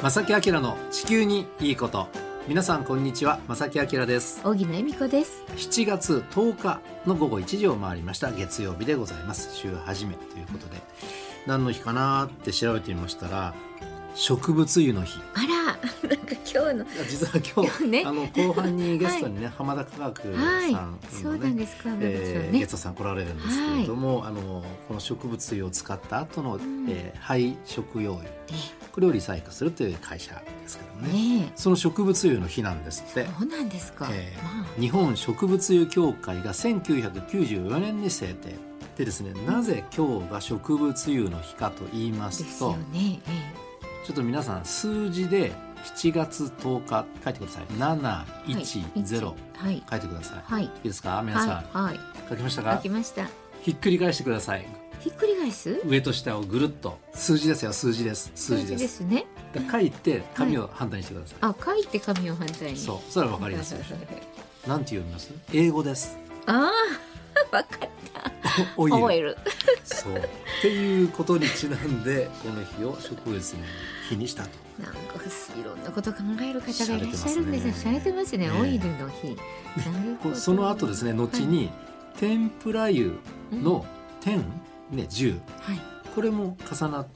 正木明の地球にいいこと。皆さんこんにちは、正木明です。 荻野恵美子です。 7月10日の午後1時を回りました。月曜日でございます。週始めということで、何の日かなって調べてみましたら、植物油の日。 あら、なんか今日の実は今日ね、 後半にゲストにね、浜田科学さんのね、 そうなんですか、 ゲストさん来られるんですけれども、この植物油を使った後の、廃食用油、これをリサイクルするという会社ですけどね、その植物油の日なんですって。 そうなんですか、 日本植物油協会が1994年に制定でですね、なぜ今日が植物油の日かと言いますと、ちょっと皆さん数字で7月10日書いてください。710、書いてください、いいですか皆さん、書きましたか？ 書きました。 ひっくり返してください。 ひっくり返す？ 上と下をぐるっと。数字ですよ、数字です。数字ですね。書いて紙を反対にしてください。 書いて紙を反対に。 そう、それは分かりますよ。なんて読みます？英語です。 分かった。 オイル。そうっていうことにちなんで、この日を植物の日にしたと。 なんかいろんなこと考える方がいらっしゃるんですよ。しゃれてますね、オイルの日。 その後ですね、後に天ぷら油の天、10、これも重なって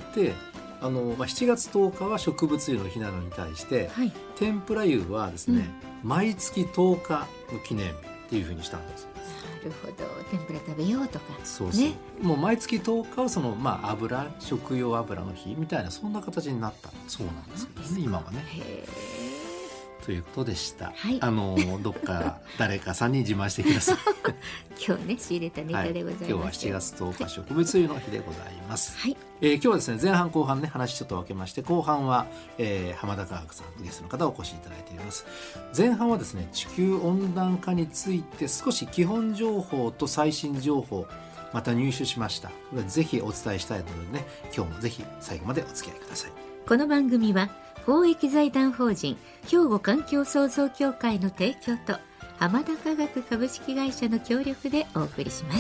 、7月10日は植物油の日なのに対して、天ぷら油はですね、毎月10日の記念っていうふうにしたんです。 なるほど、天ぷら食べようとか。 そうそう、もう毎月10日はその、食用油の日みたいな、そんな形になったそうなんですけどね、今はね。ということでした。どっか誰かさんに自慢してください。 今日ね、仕入れたネタでございます。 今日は7月10日、植物油の日でございます。今日はですね、前半後半ね、話ちょっと分けまして、後半は、浜田科学さんゲストの方をお越しいただいています。前半はですね、地球温暖化について少し基本情報と最新情報また入手しました。これぜひお伝えしたいのでね、今日もぜひ最後までお付き合いください。 この番組は公益財団法人兵庫環境創造協会の提供と浜田科学株式会社の協力でお送りします。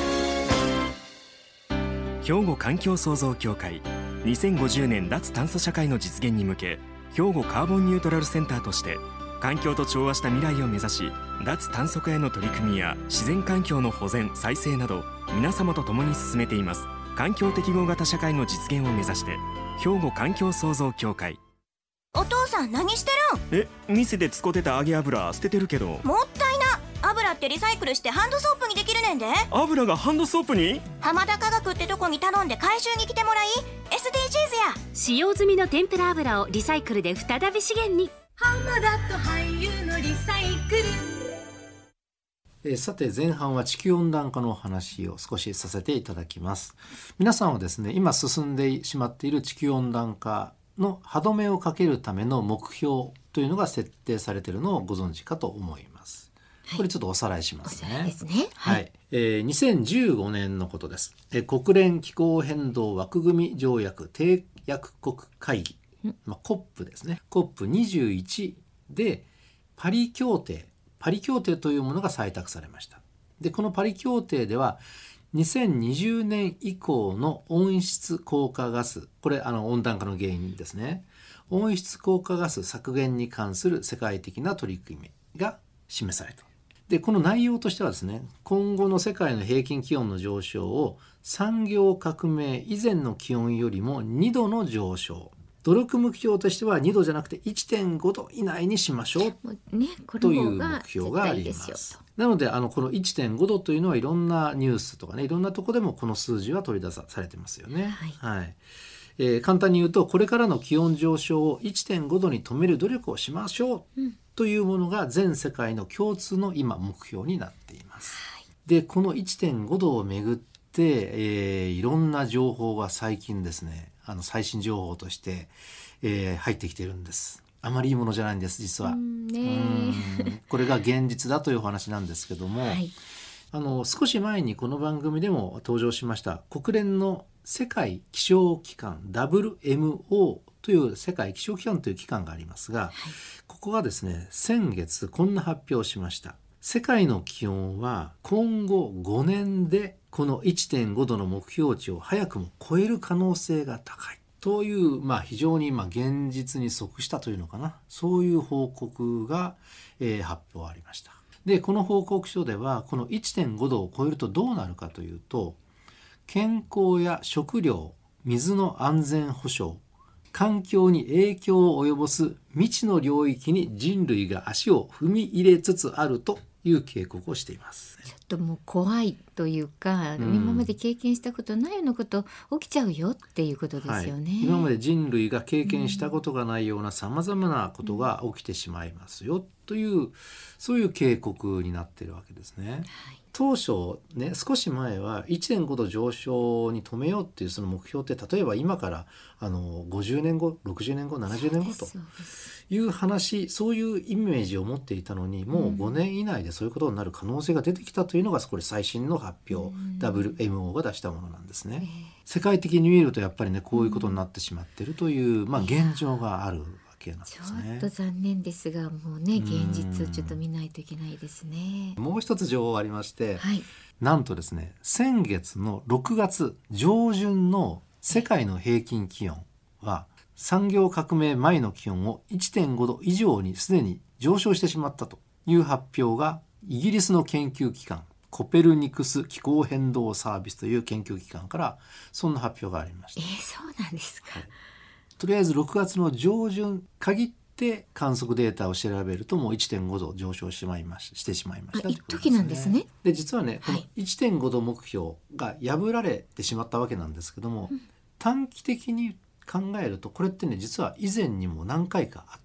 兵庫環境創造協会、2050年脱炭素社会の実現に向け、兵庫カーボンニュートラルセンターとして環境と調和した未来を目指し、脱炭素化への取り組みや自然環境の保全再生など、皆様と共に進めています。環境適合型社会の実現を目指して、兵庫環境創造協会。 お父さん何してるん？店で使ってた揚げ油捨ててるけど。 もったいな。油ってリサイクルしてハンドソープにできるねんで。 油がハンドソープに？ 浜田科学ってとこに頼んで回収に来てもらい、 SDGs や。 使用済みの天ぷら油をリサイクルで再び資源に。 浜田と俳優のリサイクル。 さて、前半は地球温暖化の話を少しさせていただきます。皆さんはですね、今進んでしまっている地球温暖化の歯止めをかけるための目標というのが設定されているのをご存知かと思います。これちょっとおさらいしますね。2015年のことです。国連気候変動枠組み条約締約国会議、COP ですね。COP21 でパリ協定というものが採択されました。で、このパリ協定では2020年以降の温室効果ガス、これ温暖化の原因ですね。温室効果ガス削減に関する世界的な取り組みが示された。で、この内容としてはですね、今後の世界の平均気温の上昇を産業革命以前の気温よりも2度の上昇。努力目標としては2度じゃなくて 1.5 度以内にしましょうという目標があります。なのでこの 1.5 度というのはいろんなニュースとかね、いろんなところでもこの数字は取り出されてますよね。簡単に言うと、これからの気温上昇を 1.5 度に止める努力をしましょうというものが全世界の共通の今目標になっています。で、この 1.5 度をめぐって、いろんな情報が最近ですね、最新情報として、入ってきているんです。あまりいいものじゃないんです、実は。これが現実だというお話なんですけども、少し前にこの番組でも登場しました国連の世界気象機関 WMO という世界気象機関という機関がありますが、ここがですね、先月こんな発表をしました。世界の気温は今後5年でこの 1.5 度の目標値を早くも超える可能性が高いという、非常に現実に即したというのかな、そういう報告が、発表ありました。でこの報告書ではこの 1.5 度を超えるとどうなるかというと、健康や食料、水の安全保障、環境に影響を及ぼす未知の領域に人類が足を踏み入れつつあるという警告をしています。 ちょっともう怖いというか、今まで経験したことないようなこと起きちゃうよっていうことですよね。 今まで人類が経験したことがないようなさまざまなことが起きてしまいますよという、そういう警告になっているわけですね。当初ね、少し前は 1.5 度上昇に止めようっていうその目標って、例えば今から50年後60年後70年後という話、そういうイメージを持っていたのに、もう5年以内でそういうことになる可能性が出てきたというのが、これ最新の発表、WMO が出したものなんですね。世界的に見るとやっぱりね、こういうことになってしまっているという、現状があるわけなんですね。 ちょっと残念ですが、もうね、現実をちょっと見ないといけないですね。 もう一つ情報ありまして、なんとですね、先月の6月上旬の世界の平均気温は産業革命前の気温を 1.5 度以上にすでに上昇してしまったという発表が、イギリスの研究機関コペルニクス気候変動サービスという研究機関からそんな発表がありました。 そうなんですか。 とりあえず6月の上旬限って観測データを調べると、もう 1.5 度上昇してしまいました。 一時なんですね。 で実はね、この 1.5 度目標が破られてしまったわけなんですけども、短期的に考えるとこれってね、実は以前にも何回かあって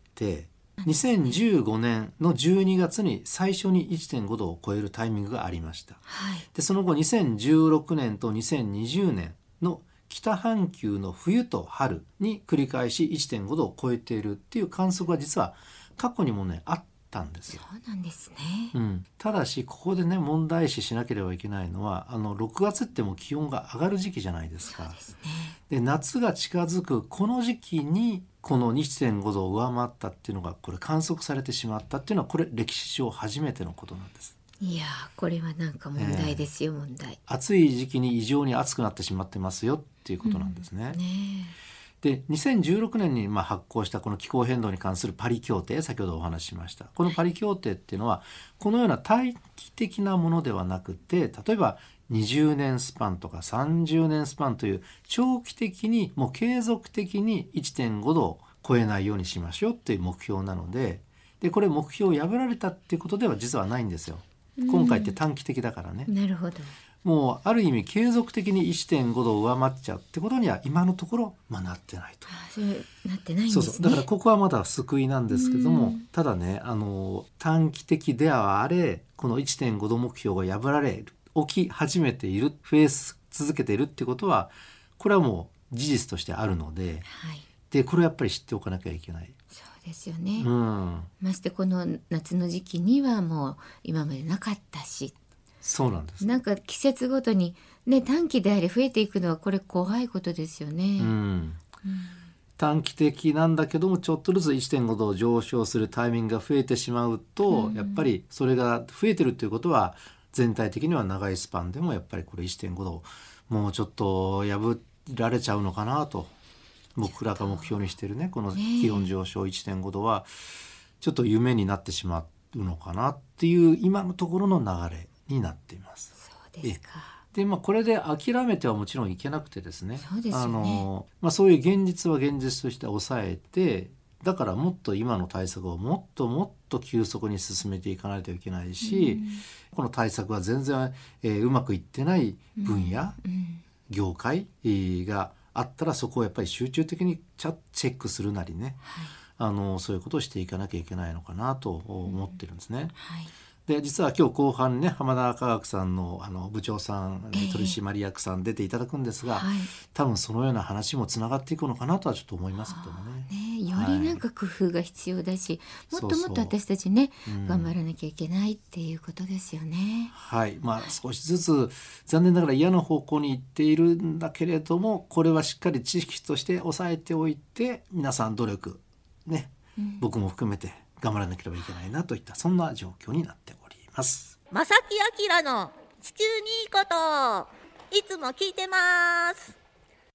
、2015年の12月に最初に 1.5 度を超えるタイミングがありました。でその後2016年と2020年の北半球の冬と春に繰り返し 1.5 度を超えているっていう観測は実は過去にもねあったんですよ。 そうなんですね。 ただしここでね問題視しなければいけないのは、6月ってもう気温が上がる時期じゃないですか。 そうですね。 で夏が近づくこの時期にこの 1.5 度を上回ったっていうのがこれ観測されてしまったっていうのは、これ歴史上初めてのことなんです。 いやこれはなんか問題ですよ、問題。 暑い時期に異常に暑くなってしまってますよっていうことなんですね。で2016年に発行したこの気候変動に関するパリ協定、先ほどお話ししました。このパリ協定っていうのはこのような短期的なものではなくて、例えば20年スパンとか30年スパンという長期的にもう継続的に 1.5 度を超えないようにしましょうっていう目標なので、これ目標を破られたっていうことでは実はないんですよ。今回って短期的だからね。 なるほど。 もうある意味継続的に 1.5 度を上回っちゃうってことには今のところなってないと。 それなってないんですね。 だからここはまだ救いなんですけども、ただね短期的ではあれ、この 1.5 度目標が破られる起き始めている、増え続けているってことは、これはもう事実としてあるので、でこれやっぱり知っておかなきゃいけない。 そうですよね。ましてこの夏の時期にはもう今までなかったし。 そうなんです。 なんか季節ごとにね、短期であれ増えていくのはこれ怖いことですよね。 短期的なんだけども、ちょっとずつ 1.5 度上昇するタイミングが増えてしまうと、やっぱりそれが増えてるということは全体的には長いスパンでもやっぱりこれ 1.5 度もうちょっと破られちゃうのかなと、僕らが目標にしているねこの気温上昇 1.5 度はちょっと夢になってしまうのかなっていう今のところの流れになっています。 そうですか。 でこれで諦めてはもちろんいけなくてですね、 そうですよね。 そういう現実は現実として抑えて、だからもっと今の対策をもっともっと急速に進めていかないといけないし、この対策は全然、うまくいってない分野、業界があったらそこをやっぱり集中的にチェックするなりね、そういうことをしていかなきゃいけないのかなと思ってるんですね。で実は今日後半ね、浜田科学さんの部長さん、取締役さん出ていただくんですが、多分そのような話もつながっていくのかなとはちょっと思いますけどもね。 よりなんか工夫が必要だし、もっともっと私たちね頑張らなきゃいけないっていうことですよね。 少しずつ残念ながら嫌な方向に行っているんだけれども、これはしっかり知識として抑えておいて、皆さん努力ね、僕も含めて頑張らなければいけないなといった、そんな状況になっております。 正木明の地球にいいこと、いつも聞いてます。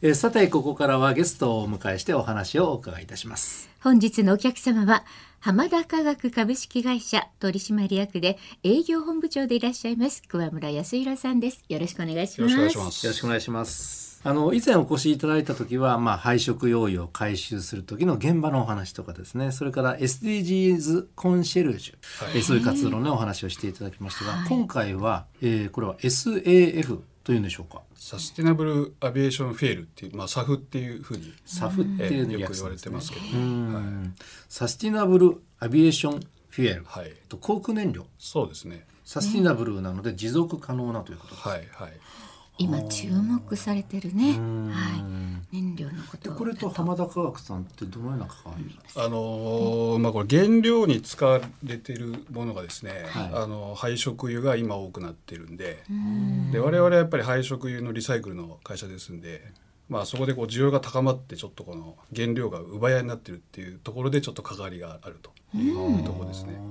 さてここからはゲストをお迎えしてお話をお伺いいたします。 本日のお客様は浜田化学株式会社取締役で営業本部長でいらっしゃいます桑村康弘さんです。よろしくお願いします。 よろしくお願いします。以前お越しいただいた時は、配食用油を回収する時の現場のお話とかですね、それから SDGs コンシェルジュ、そういう活動のお話をしていただきましたが、今回は、これは SAF というんでしょうか。 サスティナブルアビエーションフェールっていう、サフっていうふうにサフっていうのよく言われてますけど、 サスティナブルアビエーションフュエル、と航空燃料。 そうですね。 サスティナブルなので持続可能なということです。 今注目されてるね、燃料のことこれと浜田化学さんってどのような関わりですか。 これ原料に使われているものがですね、廃食油が今多くなってるんで、我々はやっぱり廃食油のリサイクルの会社ですんで、そこで需要が高まってちょっとこの原料が奪い合いになってるっていうところでちょっと関わりがあるというところですね。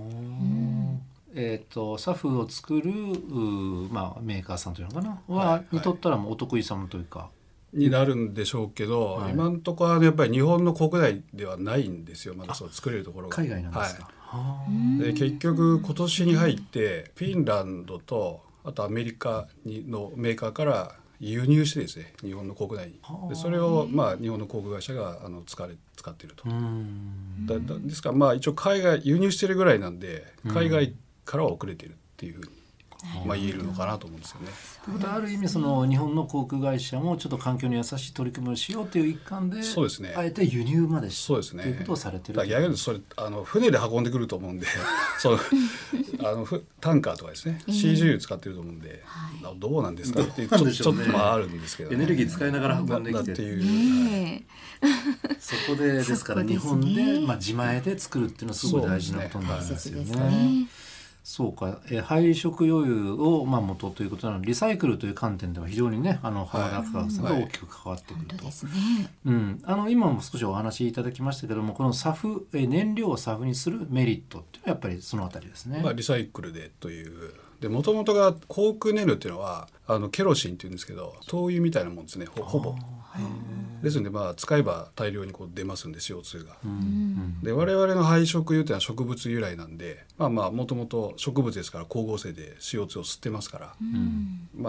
サフを作る、メーカーさんというのかな、にとったらもうお得意様というかになるんでしょうけど、今のところはやっぱり日本の国内ではないんですよ。まだそう作れるところが海外なんですか。 で結局今年に入ってフィンランドとあとアメリカのメーカーから輸入してですね、日本の国内にでそれを日本の航空会社が使っていると。ですから一応海外輸入してるぐらいなんで、海外からは遅れているっていうふうに言えるのかなと思うんですよね。 ということはある意味その日本の航空会社もちょっと環境に優しい取り組みをしようという一環で、 そうですね、 あえて輸入までしそうですね、 ということをされてる。 逆にそれ船で運んでくると思うんでそのタンカーとかですね、CG 使ってると思うんで、どうなんですかってちょっとあるんですけど、 エネルギー使いながら運んできてっていう、そこでですから日本で自前で作るっていうのはすごい大事なことなんですよね。そうか、廃食用油を元ということなので、リサイクルという観点では非常にね、浜田化学さんが大きく関わってくると。今も少しお話しいただきましたけども、このサフ、燃料をサフにするメリットっていうのはやっぱりそのあたりですね。 リサイクルでというで、もともとが航空燃料っていうのはケロシンっていうんですけど、灯油みたいなもんですね、ほぼ。ですので使えば大量に出ますんで CO2 が。で我々の廃食油というのは植物由来なんで、もともと植物ですから光合成で CO2 を吸ってますから、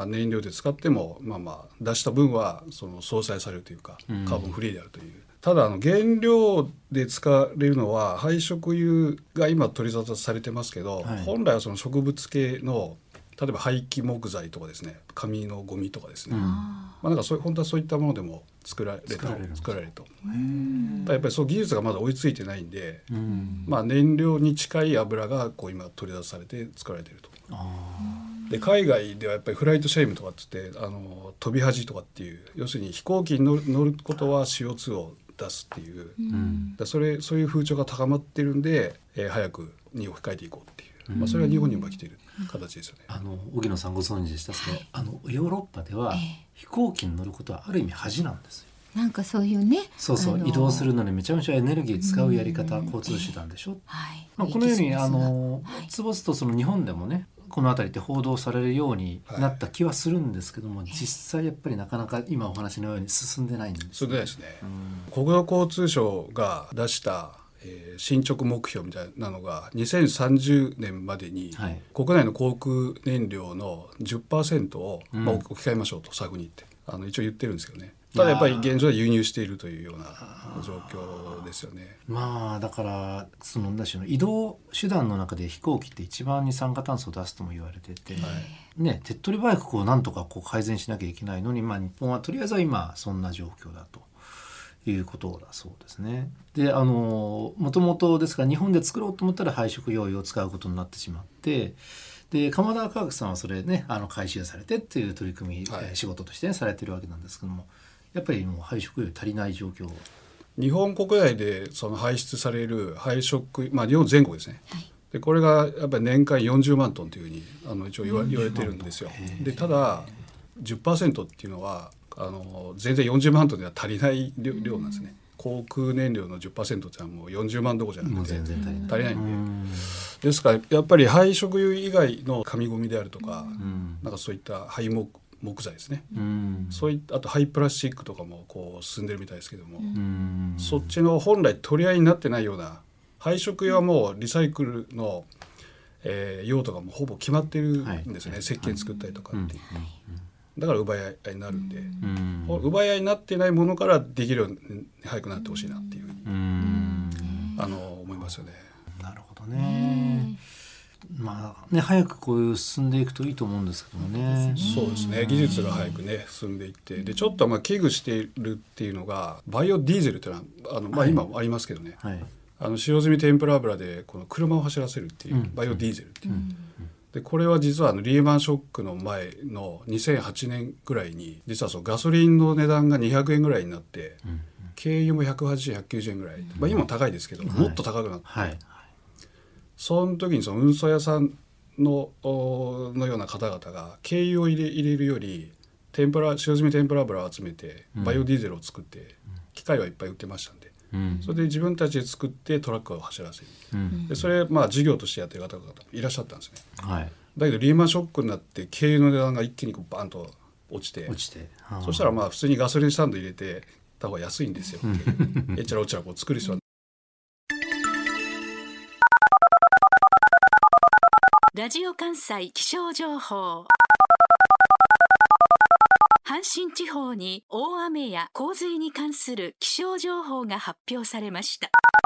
燃料で使っても出した分は相殺されるというか、カーボンフリーであるという。ただ原料で使われるのは廃食油が今取り沙汰されてますけど、本来はその植物系の例えば廃棄木材とかですね、紙のゴミとかですね、本当はそういったものでも作られると。やっぱりそう技術がまだ追いついてないんで、燃料に近い油が今取り出されて作られていると。で海外ではやっぱりフライトシェイムとかって言って飛び恥とかっていう、要するに飛行機に乗ることは CO2 を出すっていう、そういう風潮が高まってるんで、早くに置き換えていこうっていう、それが日本にも来ている形ですよね。 荻野さんご存知でしたか。ヨーロッパでは飛行機に乗ることはある意味恥なんですよ。 なんかそういうね、 移動するのにめちゃめちゃエネルギー使うやり方、交通手段でしょ。このようにつぼつと日本でもね、この辺りって報道されるようになった気はするんですけども、実際やっぱりなかなか今お話のように進んでないんですね。 そうですね。国土交通省が出した進捗目標みたいなのが2030年までに国内の航空燃料の 10% を置き換えましょうとサフにって一応言ってるんですけどね。ただやっぱり現状は輸入しているというような状況ですよね。 だから移動手段の中で飛行機って一番二酸化炭素を出すとも言われてて、手っ取り早くなんとか改善しなきゃいけないのに、日本はとりあえずは今そんな状況だということだそうですね。でもともとですから日本で作ろうと思ったら廃食用油を使うことになってしまって、で鎌田化学さんはそれね回収されてっていう取り組み、仕事としてされてるわけなんですけども、やっぱりもう廃食油足りない状況。 日本国内で排出される廃食、日本全国ですね、でこれがやっぱり年間40万トンというふうに一応言われてるんですよ。でただ 10% っていうのは全然40万トンでは足りない量なんですね。航空燃料の 10% ってのはもう40万どころじゃなくて全然足りないんで、ですからやっぱり廃食油以外の紙ゴミであるとか、なんかそういった廃木木材ですね、 そうあとハイプラスチックとかもこう進んでるみたいですけども、そっちちの本来取り合いになってないような配色用はもうリサイクルの、用途がもうほぼ決まってるんですよね、石鹸作ったりとかっていう、だから奪い合いになるんで、奪い合いになってないものからできるように早くなってほしいなっていうふうに思いますよね。 なるほどね。まあね、早くこういう進んでいくといいと思うんですけどもね。 そうですね、技術が早くね進んでいって、でちょっと危惧しているっていうのがバイオディーゼルっていうのは今もありますけどね、使用済み天ぷら油でこの車を走らせるっていうバイオディーゼルっていう、でこれは実はリーマンショックの前の2008年ぐらいに実はそのガソリンの値段が200円ぐらいになって、軽油も180、190円ぐらい、今も高いですけど、もっと高くなって、その時にその運送屋さんのような方々が軽油を入れるより使用済み天ぷら油を集めてバイオディーゼルを作って、機械はいっぱい売ってましたんで、それで自分たちで作ってトラックを走らせる、でそれ事業としてやってる方々もいらっしゃったんですね、だけどリーマンショックになって軽油の値段が一気にこうバンと落ちて、そしたら普通にガソリンスタンド入れてた方が安いんですよえちらおちらこう作る人は。 ラジオ関西気象情報。阪神地方に大雨や洪水に関する気象情報が発表されました。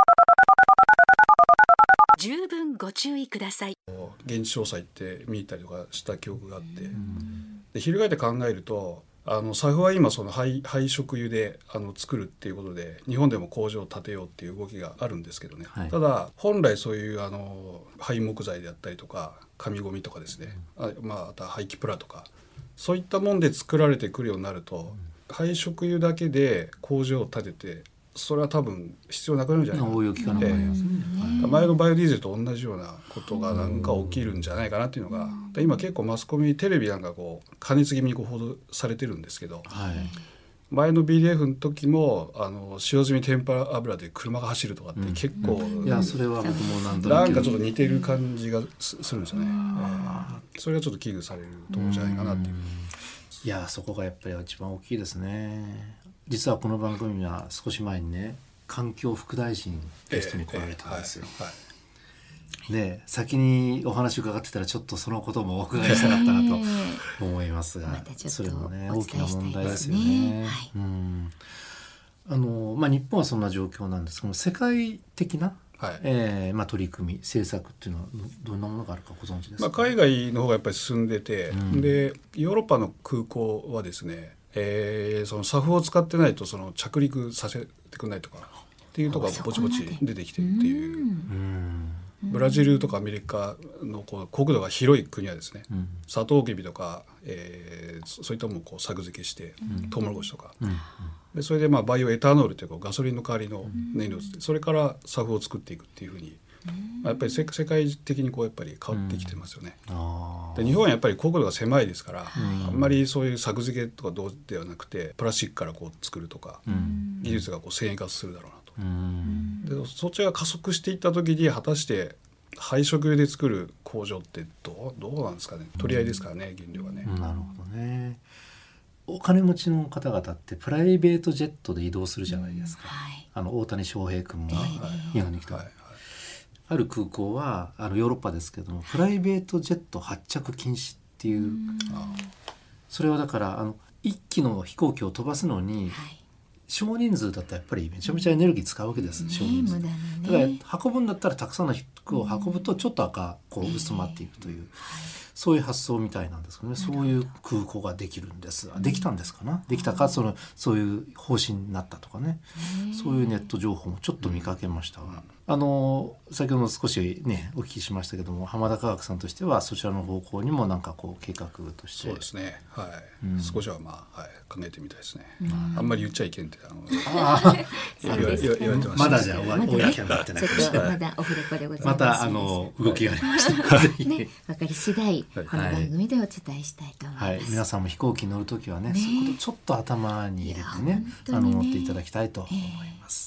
十分ご注意ください。 現地調査行って見たりとかした記憶があって、で翻って考えるとSAFは今その廃食油で作るっていうことで日本でも工場を建てようっていう動きがあるんですけどね、ただ本来そういう廃木材であったりとか紙ゴミとかですね、あとは廃棄プラとかそういったもんで作られてくるようになると、廃食油だけで工場を建ててそれは多分必要なくなるんじゃないかな、 応用効かなくなりますね。 前のバイオディーゼルと同じようなことがなんか起きるんじゃないかなっていうのが、今結構マスコミテレビなんかこう加熱気味に報道されてるんですけど、前の BDF の時も使用済み天ぷら油で車が走るとかって結構、 いやそれは僕もなんかちょっと似てる感じがするんですよね、それがちょっと危惧されるところじゃないかなっていう。 いやそこがやっぱり一番大きいですね。実はこの番組は少し前にね環境副大臣ゲストに来られたんですよ、で先にお話伺ってたらちょっとそのこともお伺いしたかったなと思いますが、それもね大きな問題ですよね。日本はそんな状況なんですけど、世界的な、取り組み政策っていうのはどんなものがあるかご存知ですか？ 海外の方がやっぱり進んでて、でヨーロッパの空港はですね、そのSAFを使ってないとその着陸させてくれないとかっていうところがぼちぼち出てきてるっていう。ブラジルとかアメリカの国土が広い国はですね、サトウキビとか、そういったものをこう作付けしてトウモロコシとか、でそれでバイオエタノールというかガソリンの代わりの燃料、それからSAFを作っていくっていうふうに、やっぱり世界的にこうやっぱり変わってきてますよね。で日本はやっぱり国土が狭いですから、あんまりそういう作付けとかどうではなくてプラスチックからこう作るとか、技術がこう先鋭化するだろうなと。でそっちが加速していった時に果たして廃食油で作る工場ってどうなんですかね。取り合いですからね、原料がね。 なるほどね。お金持ちの方々ってプライベートジェットで移動するじゃないですか、大谷翔平君も日本に来た、ある空港はヨーロッパですけどもプライベートジェット発着禁止っていう、それはだから一機の飛行機を飛ばすのに、少人数だったらやっぱりめちゃめちゃエネルギー使うわけです、少人数だから運ぶんだったらたくさんの服を運ぶとちょっと薄まっていくという、そういう発想みたいなんですけどね。そういう空港ができるんです。できたんですかな、できたか、そういう方針になったとかね、そういうネット情報もちょっと見かけましたが、先ほど少しねお聞きしましたけども、浜田科学さんとしてはそちらの方向にもなんかこう計画として。 そうですね、少しは考えてみたいですね。あんまり言っちゃいけんって言われてました。 まだじゃあ公になってないかもしれない。 まだオフレコでございます。 また動きがありましたね、分かり次第この番組でお伝えしたいと思います。 皆さんも飛行機に乗るときはね、そういうことちょっと頭に入れてね、乗っていただきたいと思います。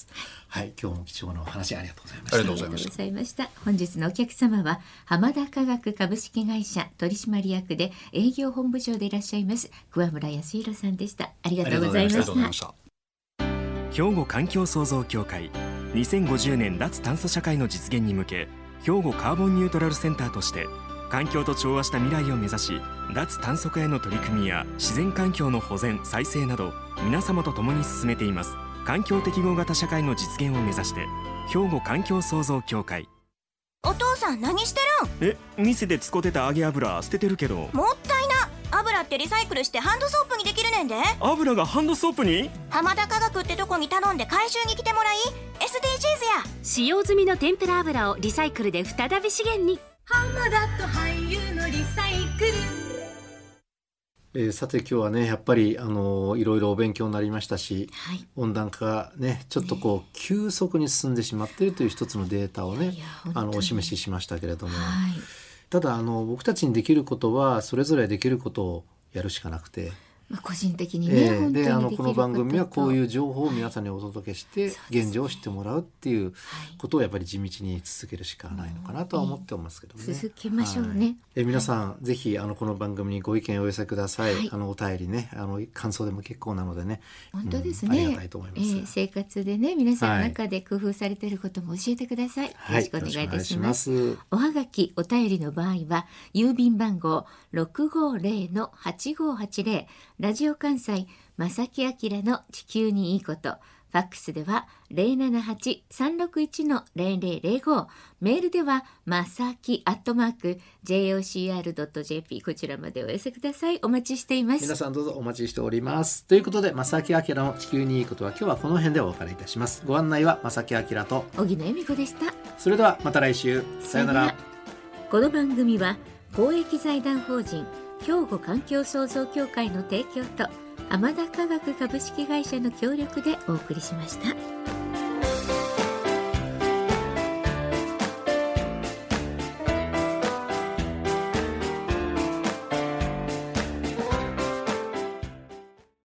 はい、今日も貴重なお話ありがとうございました。 ありがとうございました。 ありがとうございました。本日のお客様は浜田化学株式会社取締役で営業本部長でいらっしゃいます桑村康弘さんでした。ありがとうございまありがとうございまし。 したた。 兵庫環境創造協会2050年脱炭素社会の実現に向け、兵庫カーボンニュートラルセンターとして環境と調和した未来を目指し、脱炭素化への取り組みや自然環境の保全再生など皆様と共に進めています。環境適合型社会の実現を目指して、兵庫環境創造協会。 お父さん何してるん？ 店で使ってた揚げ油捨ててるけど。 もったいな。油ってリサイクルしてハンドソープにできるねんで。 油がハンドソープに？ 浜田化学ってとこに頼んで回収に来てもらい。 SDGs や。 使用済みの天ぷら油をリサイクルで再び資源に。 浜田と俳優のリサイクル。 さて今日はねやっぱりいろいろお勉強になりましたし、 はい温暖化がねちょっとこう急速に進んでしまっているという一つのデータをねいや本当にお示ししましたけれども、 はいただ僕たちにできることはそれぞれできることをやるしかなくて、 個人的にね、本当にできることとこの番組はこういう情報を皆さんにお届けしてそうですね現状を知ってもらうっていうことをやっぱり地道に続けるしかないのかなとは思ってますけどね。 続けましょうね。 皆さんぜひこの番組にご意見をお寄せください。 はいお便りね感想でも結構なのでね。 本当ですありね、 がたいと思います。 生活でね皆さんの中で工夫されていることも教えてください、よろしくお願いいたします。 よろしくお願いします。 おはがきお便りの場合は郵便番号 650-8580 ラジオ関西正木明の地球にいいこと、ファックスでは 078-361-0005、メールではまさき@jocr.jp こちらまでお寄せください。お待ちしています。 皆さんどうぞお待ちしております。ということで正木明の地球にいいことは今日はこの辺でお別れいたします。ご案内は正木明と小木野恵美子でした。 それではまた来週さよなら。 この番組は公益財団法人兵庫環境創造協会の提供と浜田化学株式会社の協力でお送りしました。